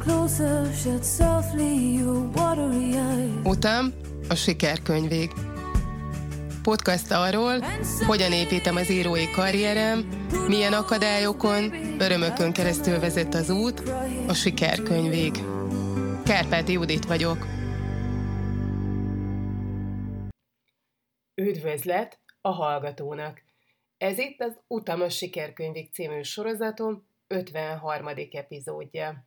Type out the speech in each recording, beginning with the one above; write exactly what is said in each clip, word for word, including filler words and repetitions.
Utam a sikerkönyvég. Podcast arról, hogyan építem az írói karrierem, milyen akadályokon, örömökön keresztül vezet az út, a sikerkönyvég. Kárpáti Judit vagyok. Üdvözlet a hallgatónak! Ez itt az Utam a sikerkönyvég című sorozatom ötvenharmadik epizódja.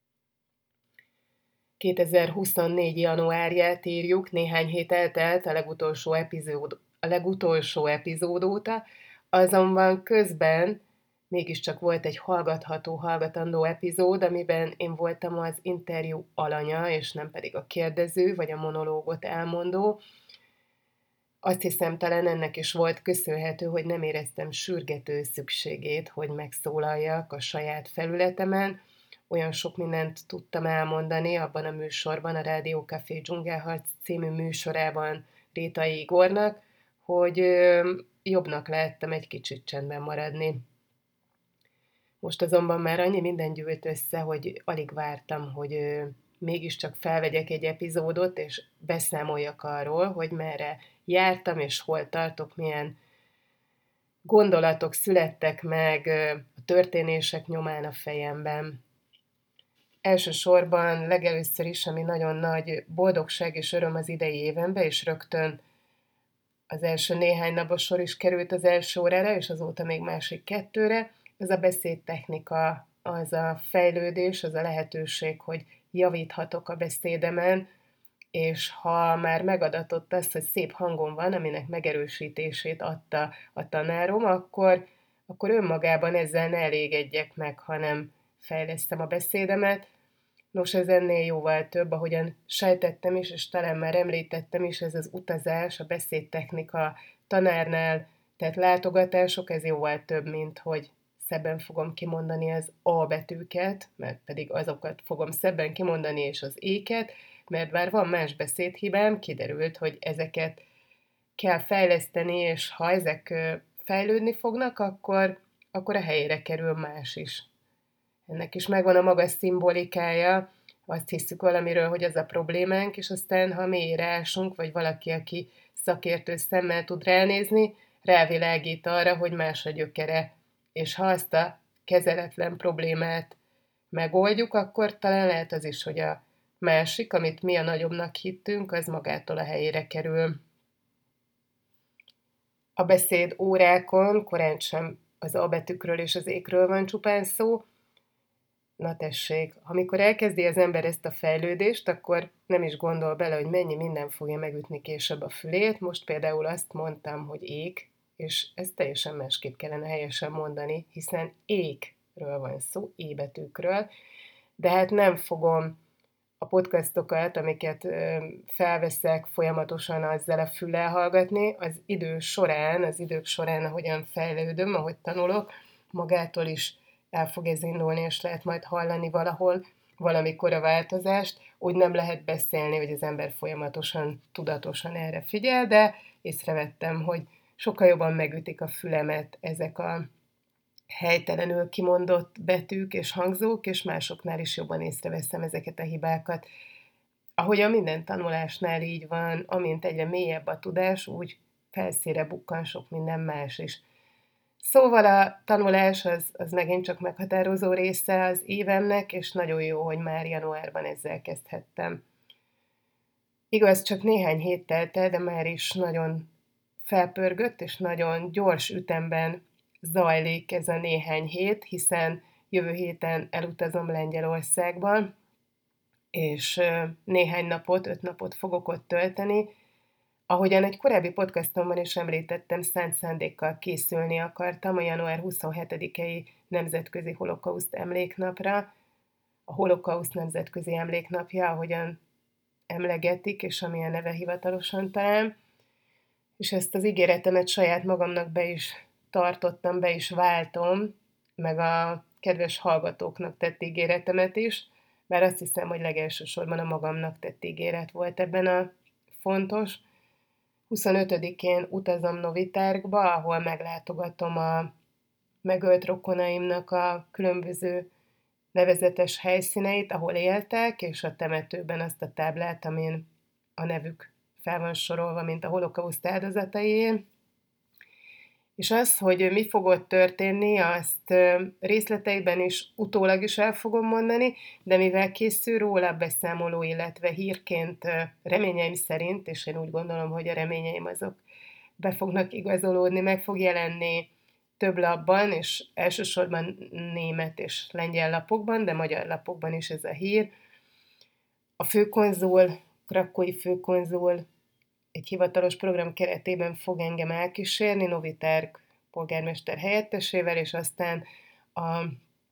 kétezer-huszonnégy. januárját írjuk, néhány hét eltelt a legutolsó epizód, a legutolsó epizód óta, azonban közben mégiscsak volt egy hallgatható, hallgatandó epizód, amiben én voltam az interjú alanya, és nem pedig a kérdező, vagy a monológot elmondó. Azt hiszem, talán ennek is volt köszönhető, hogy nem éreztem sürgető szükségét, hogy megszólaljak a saját felületemen. Olyan sok mindent tudtam elmondani abban a műsorban, a Rádió Café Dzsungelharc című műsorában Rétai Igornak, hogy ö, jobbnak láttam egy kicsit csendben maradni. Most azonban már annyi minden gyűlt össze, hogy alig vártam, hogy ö, mégiscsak felvegyek egy epizódot, és beszámoljak arról, hogy merre jártam, és hol tartok, milyen gondolatok születtek meg ö, a történések nyomán a fejemben. Elsősorban legelőször is, ami nagyon nagy boldogság és öröm az idei évenben, és rögtön az első néhány napban sor is került az első órára, és azóta még másik kettőre, ez a beszédtechnika, az a fejlődés, az a lehetőség, hogy javíthatok a beszédemen, és ha már megadatott az, hogy szép hangom van, aminek megerősítését adta a tanárom, akkor, akkor önmagában ezzel ne elégedjek meg, hanem fejlesztem a beszédemet. Nos, ez ennél jóval több, ahogyan sejtettem is, és talán már említettem is, ez az utazás, a beszédtechnika tanárnál, tehát látogatások, ez jóval több, mint hogy szebben fogom kimondani az A betűket, mert pedig azokat fogom szebben kimondani, és az éket, mert bár van más beszédhibám, kiderült, hogy ezeket kell fejleszteni, és ha ezek fejlődni fognak, akkor, akkor a helyére kerül más is. Ennek is megvan a maga szimbolikája, azt hiszük valamiről, hogy az a problémánk, és aztán, ha mélyre ásunk, vagy valaki, aki szakértő szemmel tud ránézni, rávilágít arra, hogy más a gyökere. És ha azt a kezeletlen problémát megoldjuk, akkor talán lehet az is, hogy a másik, amit mi a nagyobbnak hittünk, az magától a helyére kerül. A beszéd órákon korán sem az A betűkről és az ékről van csupán szó. Na tessék, amikor elkezdi az ember ezt a fejlődést, akkor nem is gondol bele, hogy mennyi minden fogja megütni később a fülét. Most például azt mondtam, hogy ék, és ezt teljesen másképp kellene helyesen mondani, hiszen ékről van szó, é betűkről, de hát nem fogom a podcastokat, amiket ö, felveszek, folyamatosan azzal a füllel hallgatni. Az idő során, az idők során, ahogyan fejlődöm, ahogy tanulok, magától is el fog ez indulni, és lehet majd hallani valahol, valamikor a változást. Úgy nem lehet beszélni, hogy az ember folyamatosan, tudatosan erre figyel, de észrevettem, hogy sokkal jobban megütik a fülemet ezek a helytelenül kimondott betűk és hangzók, és másoknál is jobban észreveszem ezeket a hibákat. Ahogyan minden tanulásnál így van, amint egyre mélyebb a tudás, úgy felszínre bukkan sok minden más is. Szóval a tanulás az, az megint csak meghatározó része az évemnek, és nagyon jó, hogy már januárban ezzel kezdhettem. Igaz, csak néhány hét telt el, de már is nagyon felpörgött, és nagyon gyors ütemben zajlik ez a néhány hét, hiszen jövő héten elutazom Lengyelországba, és néhány napot, öt napot fogok ott tölteni. Ahogyan egy korábbi podcastomban is említettem, szánt szándékkal készülni akartam a január huszonhetedikei Nemzetközi Holokauszt Emléknapra. A Holokauszt Nemzetközi Emléknapja, ahogyan emlegetik, és ami a neve hivatalosan talán. És ezt az ígéretemet saját magamnak be is tartottam, be is váltom, meg a kedves hallgatóknak tett ígéretemet is, bár azt hiszem, hogy legelsősorban a magamnak tett ígéret volt ebben a fontos. huszonötödikén utazom Novitárgba, ahol meglátogatom a megölt rokonaimnak a különböző nevezetes helyszíneit, ahol éltek, és a temetőben azt a táblát, amin a nevük fel van sorolva, mint a holokauszt áldozataié. És az, hogy mi fog ott történni, azt részleteiben is utólag is el fogom mondani, de mivel készül róla beszámoló, illetve hírként reményeim szerint, és én úgy gondolom, hogy a reményeim azok be fognak igazolódni, meg fog jelenni több lapban, és elsősorban német és lengyel lapokban, de magyar lapokban is ez a hír. A főkonzul, krakói főkonzul egy hivatalos program keretében fog engem elkísérni, Novitár polgármester helyettesével, és aztán a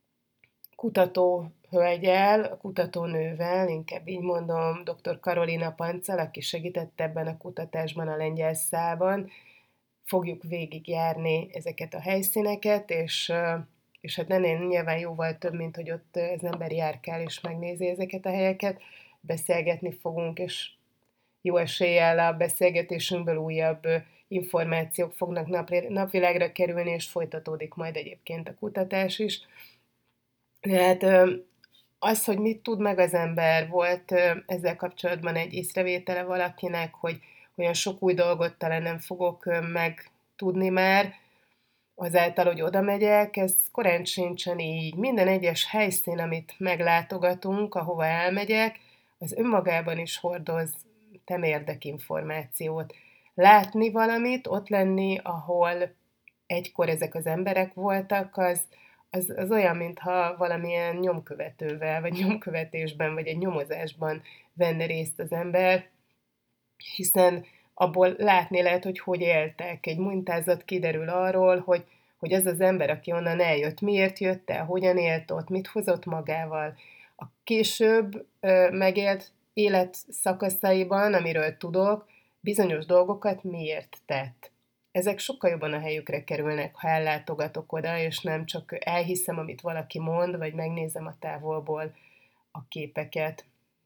kutató hölgyel, a kutatónővel, inkább így mondom, dr. Karolina Panccal, aki segített ebben a kutatásban a lengyel szában, fogjuk végigjárni ezeket a helyszíneket, és, és hát ennél nyilván jóval több, mint hogy ott az ember járkál és megnézi ezeket a helyeket, beszélgetni fogunk, és jó eséllyel a beszélgetésünkből újabb információk fognak napvilágra kerülni, és folytatódik majd egyébként a kutatás is. Tehát az, hogy mit tud meg az ember, volt ezzel kapcsolatban egy észrevétele valakinek, hogy olyan sok új dolgot talán nem fogok megtudni már, azáltal, hogy oda megyek, ez korán sincsen így. Minden egyes helyszín, amit meglátogatunk, ahova elmegyek, az önmagában is hordoz temérdekinformációt. Látni valamit, ott lenni, ahol egykor ezek az emberek voltak, az, az, az olyan, mintha valamilyen nyomkövetővel, vagy nyomkövetésben, vagy egy nyomozásban venne részt az ember, hiszen abból látni lehet, hogy hogy éltek. Egy mintázat kiderül arról, hogy, hogy az az ember, aki onnan eljött, miért jött el, hogyan élt ott, mit hozott magával. A később ö, megélt életszakaszaiban, amiről tudok, bizonyos dolgokat miért tett. Ezek sokkal jobban a helyükre kerülnek, ha ellátogatok oda, és nem csak elhiszem, amit valaki mond, vagy megnézem a távolból a képeket.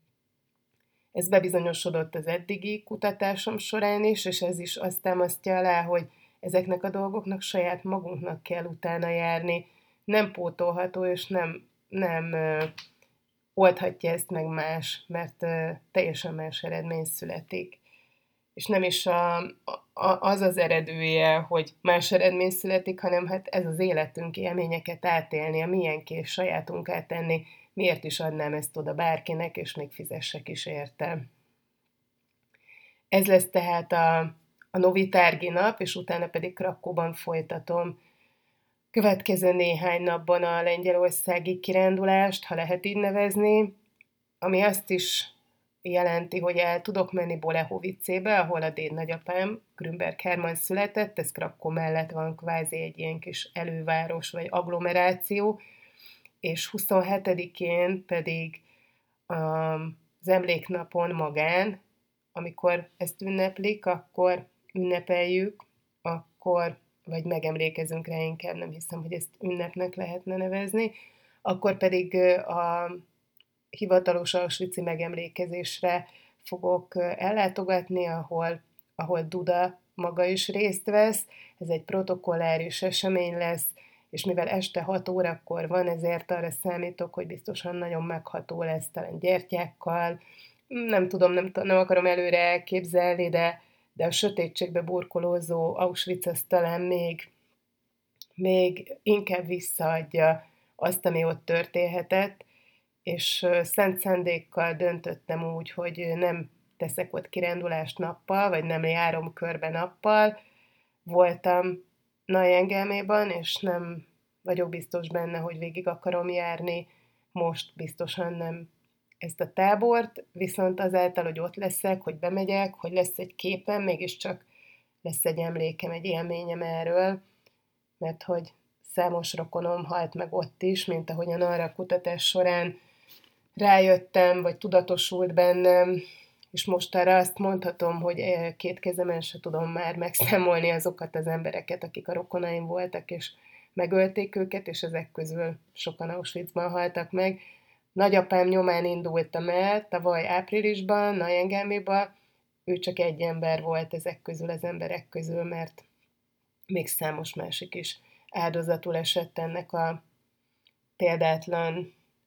Ez bebizonyosodott az eddigi kutatásom során is, és ez is azt támasztja alá, hogy ezeknek a dolgoknak saját magunknak kell utána járni. Nem pótolható, és nem, nem ö, oldhatja ezt meg más, mert ö, teljesen más eredmény születik. És nem is a, a, az az eredője, hogy más eredmény születik, hanem hát ez az életünk, élményeket átélni, a miénké sajátunká tenni, miért is adnám ezt oda bárkinek, és még fizessek is érte. Ez lesz tehát a, a Novitárgi nap, és utána pedig Krakóban folytatom következő néhány napban a lengyelországi kirándulást, ha lehet így nevezni, ami azt is jelenti, hogy el tudok menni Bolehovicébe, ahol a dédnagyapám Grünberg Hermann született, ez Krakkó mellett van kvázi egy ilyen kis előváros vagy agglomeráció, és huszonhetedikén pedig az emléknapon magán, amikor ezt ünneplik, akkor ünnepeljük, akkor, vagy megemlékezünk rá, inkább nem hiszem, hogy ezt ünnepnek lehetne nevezni, akkor pedig a hivatalos auschwitzi megemlékezésre fogok ellátogatni, ahol, ahol Duda maga is részt vesz. Ez egy protokolláris esemény lesz, és mivel este hat órakor van, ezért arra számítok, hogy biztosan nagyon megható lesz, talán gyertyákkal. Nem tudom, nem, nem akarom előre elképzelni, de, de a sötétségbe burkolózó Auschwitz az talán még, még inkább visszaadja azt, ami ott történhetett, és szent szándékkal döntöttem úgy, hogy nem teszek ott kirándulást nappal, vagy nem járom körbe nappal. Voltam Neuengelméban, és nem vagyok biztos benne, hogy végig akarom járni. Most biztosan nem ezt a tábort, viszont azáltal, hogy ott leszek, hogy bemegyek, hogy lesz egy képem, mégiscsak lesz egy emlékem, egy élményem erről, mert hogy számos rokonom halt meg ott is, mint ahogyan arra a kutatás során rájöttem, vagy tudatosult bennem, és most arra azt mondhatom, hogy két kezemen se tudom már megszámolni azokat az embereket, akik a rokonaim voltak, és megölték őket, és ezek közül sokan Auschwitzban haltak meg. Nagyapám nyomán indultam el tavaly áprilisban, Neuengaméba, ő csak egy ember volt ezek közül az emberek közül, mert még számos másik is áldozatul esett ennek a példátlan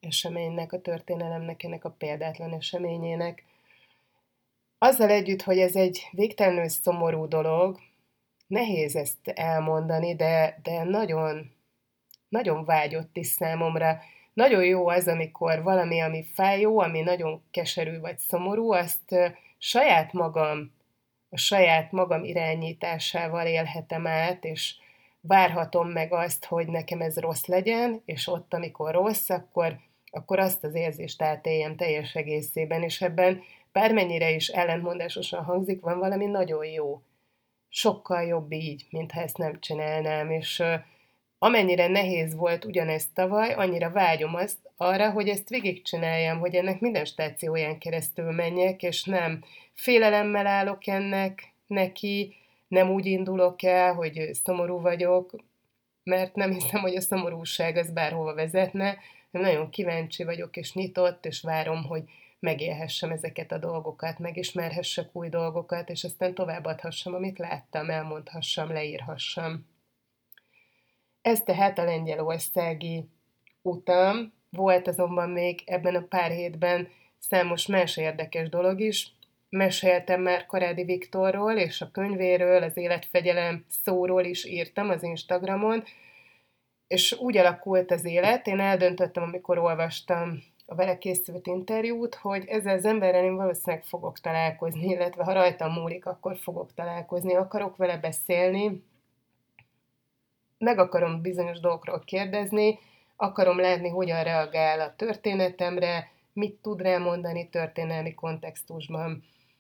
eseménynek, a történelemnek, ennek a példátlan eseményének. Azzal együtt, hogy ez egy végtelenül szomorú dolog, nehéz ezt elmondani, de, de nagyon, nagyon vágyott is számomra. Nagyon jó az, amikor valami, ami fájó, ami nagyon keserű vagy szomorú, azt saját magam, a saját magam irányításával élhetem át, és várhatom meg azt, hogy nekem ez rossz legyen, és ott, amikor rossz, akkor, akkor azt az érzést átéljem teljes egészében, és ebben bármennyire is ellentmondásosan hangzik, van valami nagyon jó. Sokkal jobb így, mintha ezt nem csinálnám, és amennyire nehéz volt ugyanezt tavaly, annyira vágyom azt arra, hogy ezt végigcsináljam, hogy ennek minden stációján keresztül menjek, és nem félelemmel állok ennek neki, nem úgy indulok el, hogy szomorú vagyok, mert nem hiszem, hogy a szomorúság az bárhova vezetne, nem nagyon kíváncsi vagyok, és nyitott, és várom, hogy megélhessem ezeket a dolgokat, megismerhessek új dolgokat, és aztán továbbadhassam, amit láttam, elmondhassam, leírhassam. Ez tehát a lengyelországi utam. Volt azonban még ebben a pár hétben számos más érdekes dolog is. Meséltem már Karádi Viktorról és a könyvéről, az életfegyelem szóról is írtam az Instagramon, és úgy alakult az élet, én eldöntöttem, amikor olvastam a vele készült interjút, hogy ezzel az emberrel én valószínűleg fogok találkozni, illetve ha rajtam múlik, akkor fogok találkozni, akarok vele beszélni, meg akarom bizonyos dolgokról kérdezni, akarom látni, hogyan reagál a történetemre, mit tud rá mondani történelmi kontextusban.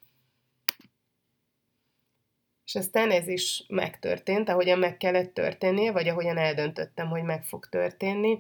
És aztán ez is megtörtént, ahogyan meg kellett történnie, vagy ahogyan eldöntöttem, hogy meg fog történni.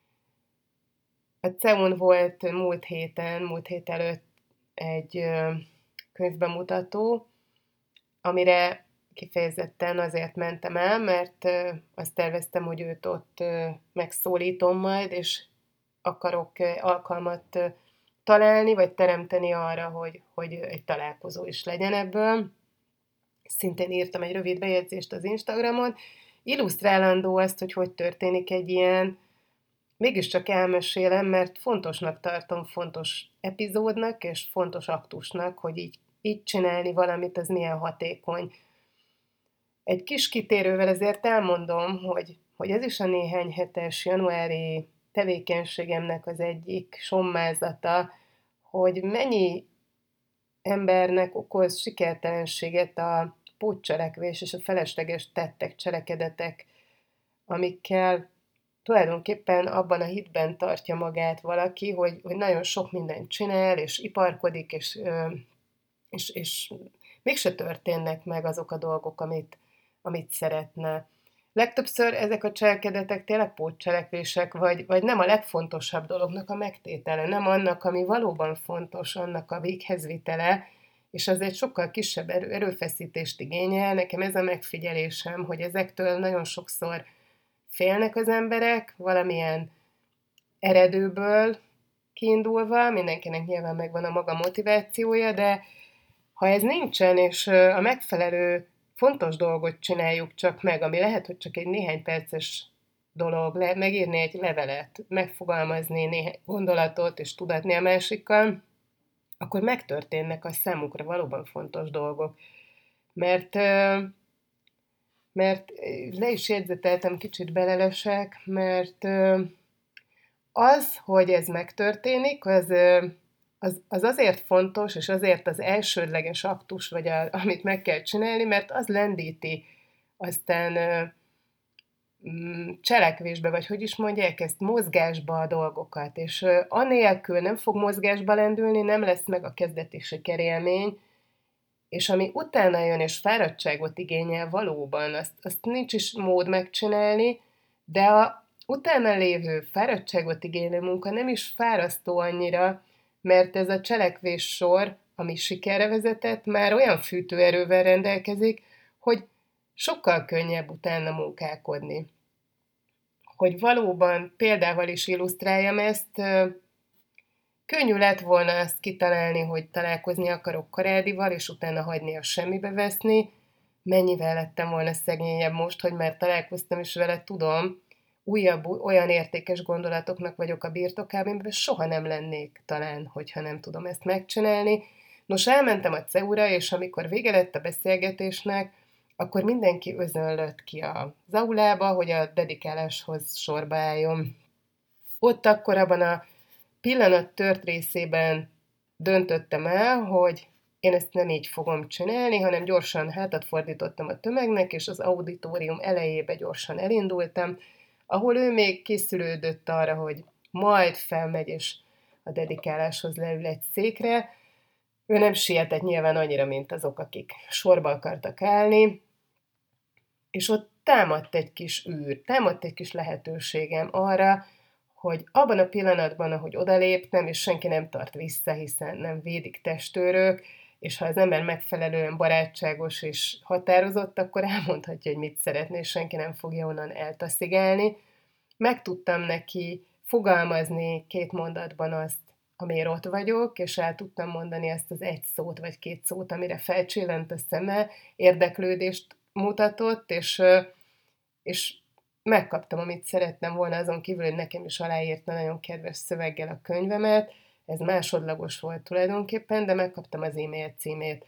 A cé e u-n volt múlt héten, múlt hét előtt egy könyvbemutató, amire kifejezetten azért mentem el, mert azt terveztem, hogy őt ott megszólítom majd, és akarok alkalmat találni, vagy teremteni arra, hogy, hogy egy találkozó is legyen ebből. Szintén írtam egy rövid bejegyzést az Instagramon, illusztrálandó azt, hogy hogy történik egy ilyen, mégiscsak elmesélem, mert fontosnak tartom, fontos epizódnak, és fontos aktusnak, hogy így, így csinálni valamit, az milyen hatékony. Egy kis kitérővel azért elmondom, hogy, hogy ez is a néhány hetes januári tevékenységemnek az egyik sommázata, hogy mennyi embernek okoz sikertelenséget a pótcselekvés és a felesleges tettek, cselekedetek, amikkel tulajdonképpen abban a hitben tartja magát valaki, hogy, hogy nagyon sok mindent csinál, és iparkodik, és, és, és mégse történnek meg azok a dolgok, amit, amit szeretne. Legtöbbször ezek a cselekedetek tényleg pótcselekvések, vagy, vagy nem a legfontosabb dolognak a megtétele, nem annak, ami valóban fontos, annak a véghezvitele, és az egy sokkal kisebb erő, erőfeszítést igényel. Nekem ez a megfigyelésem, hogy ezektől nagyon sokszor félnek az emberek, valamilyen eredőből kiindulva, mindenkinek nyilván megvan a maga motivációja, de ha ez nincsen, és a megfelelő fontos dolgot csináljuk csak meg, ami lehet, hogy csak egy néhány perces dolog, le, megírni egy levelet, megfogalmazni néhány gondolatot, és tudatni a másikkal, akkor megtörténnek a számukra valóban fontos dolgok. Mert, mert le is jegyzeteltem, kicsit belelesek, mert az, hogy ez megtörténik, az, az, az azért fontos, és azért az elsődleges aktus, vagy a, amit meg kell csinálni, mert az lendíti aztán cselekvésbe, vagy hogy is mondják ezt, mozgásba a dolgokat, és anélkül nem fog mozgásba lendülni, nem lesz meg a kezdeti sikerélmény, és ami utána jön, és fáradtságot igényel valóban, azt, azt nincs is mód megcsinálni, de a utána lévő fáradtságot igénylő munka nem is fárasztó annyira, mert ez a cselekvés sor, ami sikerre vezetett, már olyan fűtőerővel rendelkezik, hogy sokkal könnyebb utána munkálkodni. Hogy valóban példával is illusztráljam ezt, könnyű lett volna azt kitalálni, hogy találkozni akarok Karádival, és utána hagyni a semmibe veszni. Mennyivel lettem volna szegényebb most, hogy már találkoztam is vele, tudom. újabb, olyan értékes gondolatoknak vagyok a birtokában, amiben soha nem lennék talán, hogyha nem tudom ezt megcsinálni. Nos, elmentem a cé e u-ra, és amikor vége lett a beszélgetésnek, akkor mindenki özönlött ki az aulába, hogy a dedikáláshoz sorba álljon. Ott akkor abban a pillanat tört részében döntöttem el, hogy én ezt nem így fogom csinálni, hanem gyorsan hátat fordítottam a tömegnek, és az auditorium elejébe gyorsan elindultam, ahol ő még készülődött arra, hogy majd felmegy, és a dedikáláshoz leül egy székre. Ő nem sietett nyilván annyira, mint azok, akik sorba akartak állni, és ott támadt egy kis űr, támadt egy kis lehetőségem arra, hogy abban a pillanatban, ahogy odaléptem, és senki nem tart vissza, hiszen nem védik testőrök, és ha az ember megfelelően barátságos és határozott, akkor elmondhatja, hogy mit szeretné, és senki nem fogja onnan eltaszigálni. Meg tudtam neki fogalmazni két mondatban azt, amiért ott vagyok, és el tudtam mondani ezt az egy szót, vagy két szót, amire felcsillant a szeme, érdeklődést mutatott, és, és megkaptam, amit szerettem volna, azon kívül, hogy nekem is aláírta nagyon kedves szöveggel a könyvemet, ez másodlagos volt tulajdonképpen, de megkaptam az e-mail címét.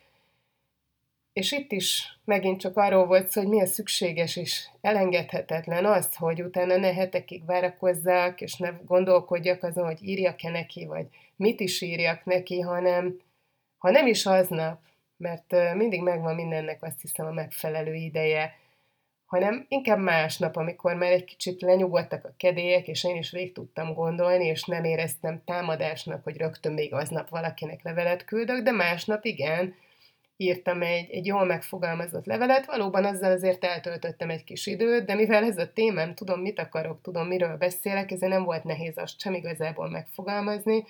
És itt is megint csak arról volt szó, hogy mi a szükséges és elengedhetetlen az, hogy utána ne hetekig várakozzak, és ne gondolkodjak azon, hogy írjak-e neki, vagy mit is írjak neki, hanem ha nem is aznap, mert mindig megvan mindennek azt hiszem a megfelelő ideje, hanem inkább másnap, amikor már egy kicsit lenyugodtak a kedélyek, és én is végig tudtam gondolni, és nem éreztem támadásnak, hogy rögtön még aznap valakinek levelet küldök, de másnap igen, írtam egy, egy jól megfogalmazott levelet, valóban azzal azért eltöltöttem egy kis időt, de mivel ez a témám, tudom, mit akarok, tudom, miről beszélek, ezért nem volt nehéz azt sem igazából megfogalmazni.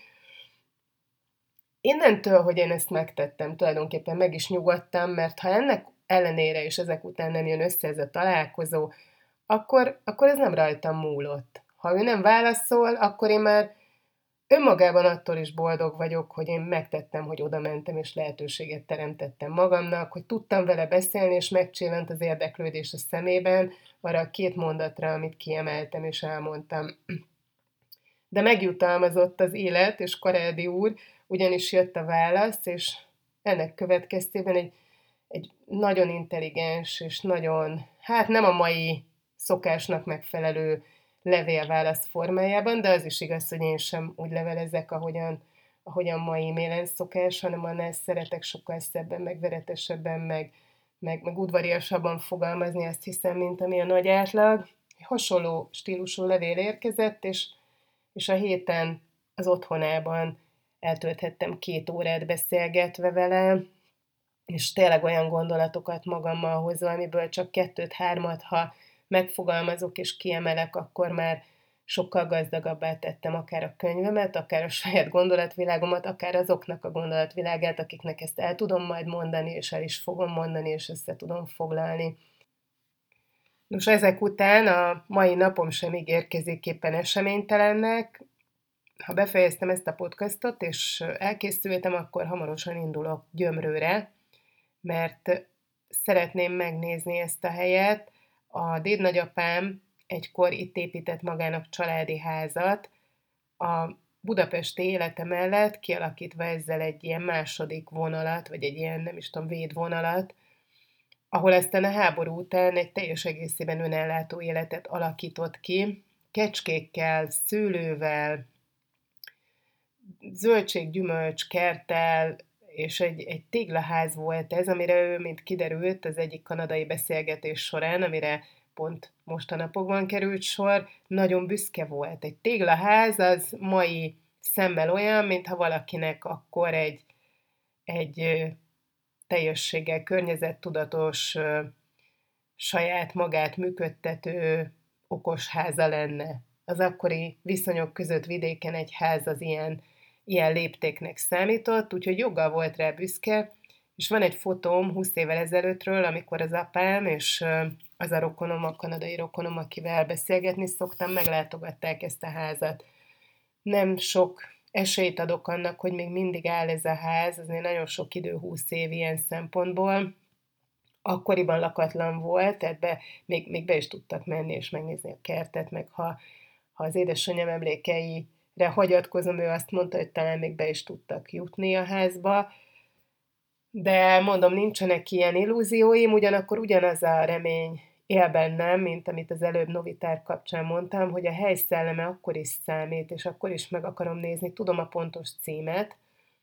Innentől, hogy én ezt megtettem, tulajdonképpen meg is nyugodtam, mert ha ennek ellenére és ezek után nem jön össze ez a találkozó, akkor, akkor ez nem rajtam múlott. Ha ő nem válaszol, akkor én már önmagában attól is boldog vagyok, hogy én megtettem, hogy oda mentem, és lehetőséget teremtettem magamnak, hogy tudtam vele beszélni, és megcsillant az érdeklődés a szemében arra a két mondatra, amit kiemeltem és elmondtam. De megjutalmazott az élet, és Karádi úr, ugyanis jött a válasz, és ennek következtében egy, egy nagyon intelligens, és nagyon, hát nem a mai szokásnak megfelelő levélválasz formájában, de az is igaz, hogy én sem úgy levelezek, ahogyan, ahogyan mai e-mailen szokás, hanem annál szeretek sokkal szebben, meg veretesebben, meg, meg, meg udvariasabban fogalmazni, azt hiszem, mint ami a nagy átlag. Hasonló stílusú levél érkezett, és, és a héten az otthonában eltölthettem két órát beszélgetve vele, és tényleg olyan gondolatokat magammal hozva, amiből csak kettőt-hármat, ha megfogalmazok és kiemelek, akkor már sokkal gazdagabbá tettem akár a könyvemet, akár a saját gondolatvilágomat, akár azoknak a gondolatvilágát, akiknek ezt el tudom majd mondani, és el is fogom mondani, és össze tudom foglalni. Nos, ezek után a mai napom sem ígérkezik éppen eseménytelennek. Ha befejeztem ezt a podcastot, és elkészültem, akkor hamarosan indulok Gyömrőre, mert szeretném megnézni ezt a helyet. A dédnagyapám egykor itt épített magának családi házat, a budapesti élete mellett kialakítva ezzel egy ilyen második vonalat, vagy egy ilyen, nem is tudom, védvonalat, ahol aztán a háború után egy teljes egészében önellátó életet alakított ki, kecskékkel, szőlővel, zöldség, gyümölcs, kerttel, és egy, egy téglaház volt ez, amire ő, mint kiderült az egyik kanadai beszélgetés során, amire pont mostanapokban került sor, nagyon büszke volt. Egy téglaház az mai szemmel olyan, mintha valakinek akkor egy, egy teljességgel környezettudatos, saját magát működtető okos háza lenne. Az akkori viszonyok között vidéken egy ház az ilyen, ilyen léptéknek számított, úgyhogy joggal volt rá büszke, és van egy fotóm húsz évvel ezelőttről, amikor az apám és az a rokonom, a kanadai rokonom, akivel beszélgetni szoktam, meglátogatták ezt a házat. Nem sok esélyt adok annak, hogy még mindig áll ez a ház, azért nagyon sok idő, húsz év ilyen szempontból. akkoriban lakatlan volt, tehát be, még, még be is tudtak menni és megnézni a kertet, meg ha, ha az édesanyám emlékeire hagyatkozom, ő azt mondta, hogy talán még be is tudtak jutni a házba, de mondom, nincsenek ilyen illúzióim, ugyanakkor ugyanaz a remény él bennem, mint amit az előbb Novitár kapcsán mondtam, hogy a hely szelleme akkor is számít, és akkor is meg akarom nézni, tudom a pontos címet,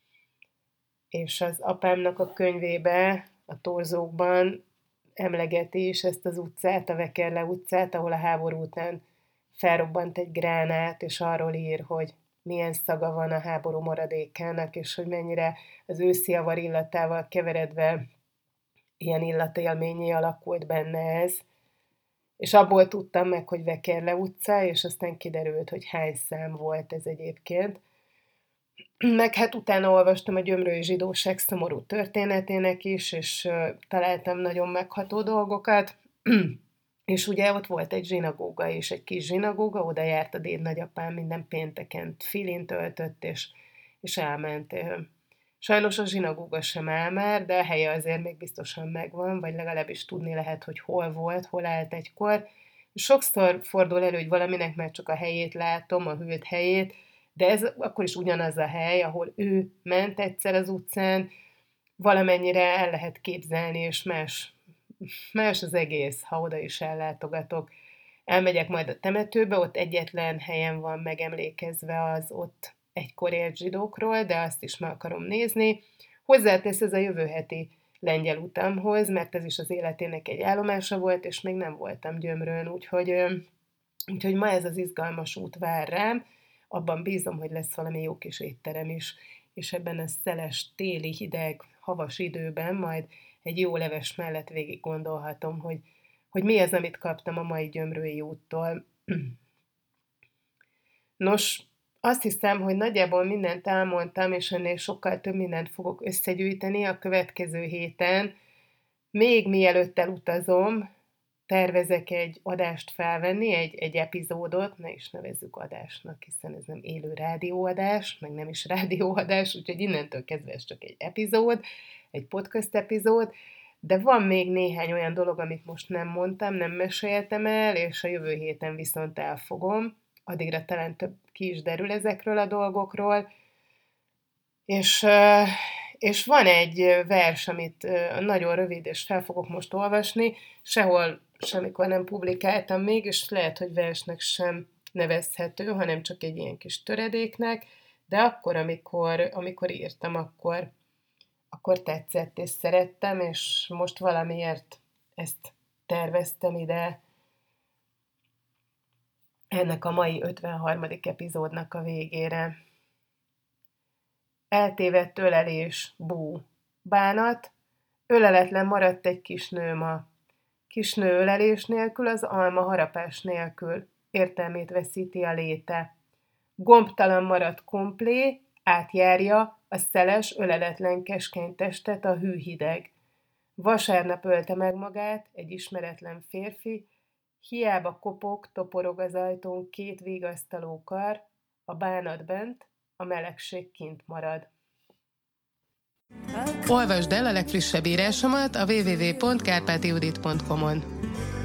és az apámnak a könyvébe, a Torzókban emlegeti is ezt az utcát, a Vekerle utcát, ahol a háború után felrobbant egy gránát, és arról ír, hogy milyen szaga van a háború maradékának, és hogy mennyire az őszi avar illatával keveredve ilyen illatélményé alakult benne ez. És abból tudtam meg, hogy Vekerle utca, és aztán kiderült, hogy hány szám volt ez egyébként. Meg hát utána olvastam a gyömrői zsidóság szomorú történetének is, és uh, találtam nagyon megható dolgokat. És ugye ott volt egy zsinagóga is, egy kis zsinagóga, oda járt a déd nagyapám minden pénteken, filint öltött, és, és elment. Sajnos a zsinagóga sem áll már, de a helye azért még biztosan megvan, vagy legalábbis tudni lehet, hogy hol volt, hol állt egykor. Sokszor fordul elő, hogy valaminek már csak a helyét látom, a hűlt helyét, de ez akkor is ugyanaz a hely, ahol ő ment egyszer az utcán, valamennyire el lehet képzelni, és más, más az egész, ha oda is ellátogatok. Elmegyek majd a temetőbe, ott egyetlen helyen van megemlékezve az ott egykor élt zsidókról, de azt is meg akarom nézni. Hozzátesz ez a jövő heti lengyel utamhoz, mert ez is az életének egy állomása volt, és még nem voltam Gyömrőn, úgyhogy, úgyhogy ma ez az izgalmas út vár rám. Abban bízom, hogy lesz valami jó kis étterem is, és ebben a szeles, téli, hideg, havas időben majd egy jó leves mellett végig gondolhatom, hogy, hogy mi az, amit kaptam a mai Gyömrői úttól. Nos, azt hiszem, hogy nagyjából mindent elmondtam, és ennél sokkal több mindent fogok összegyűjteni a következő héten. Még mielőtt elutazom, tervezek egy adást felvenni, egy, egy epizódot, ne is nevezzük adásnak, hiszen ez nem élő rádióadás, meg nem is rádióadás, úgyhogy innentől kezdve ez csak egy epizód, egy podcast epizód, de van még néhány olyan dolog, amit most nem mondtam, nem meséltem el, és a jövő héten viszont elfogom. Addigra talán több ki is derül ezekről a dolgokról. És, és van egy vers, amit nagyon rövid, és fel fogok most olvasni, sehol semmikor nem publikáltam még, és lehet, hogy versnek sem nevezhető, hanem csak egy ilyen kis töredéknek, de akkor, amikor, amikor írtam, akkor, akkor tetszett, és szerettem, és most valamiért ezt terveztem ide, ennek a mai ötvenharmadik epizódnak a végére. Eltévedt ölelés, bú, bánat, öleletlen maradt egy kis nő ma. Kisnő ölelés nélkül, az alma harapás nélkül, értelmét veszíti a léte. Gombtalan maradt komplé, átjárja a szeles, öleletlen keskeny testet a hű hideg. Vasárnap ölte meg magát egy ismeretlen férfi, hiába kopog, toporog az ajtón két vigasztaló kar, a bánat bent, a melegség kint marad. Olvasd el a legfrissebb írásomat a double-u double-u double-u pont kárpáti judit pont com-on.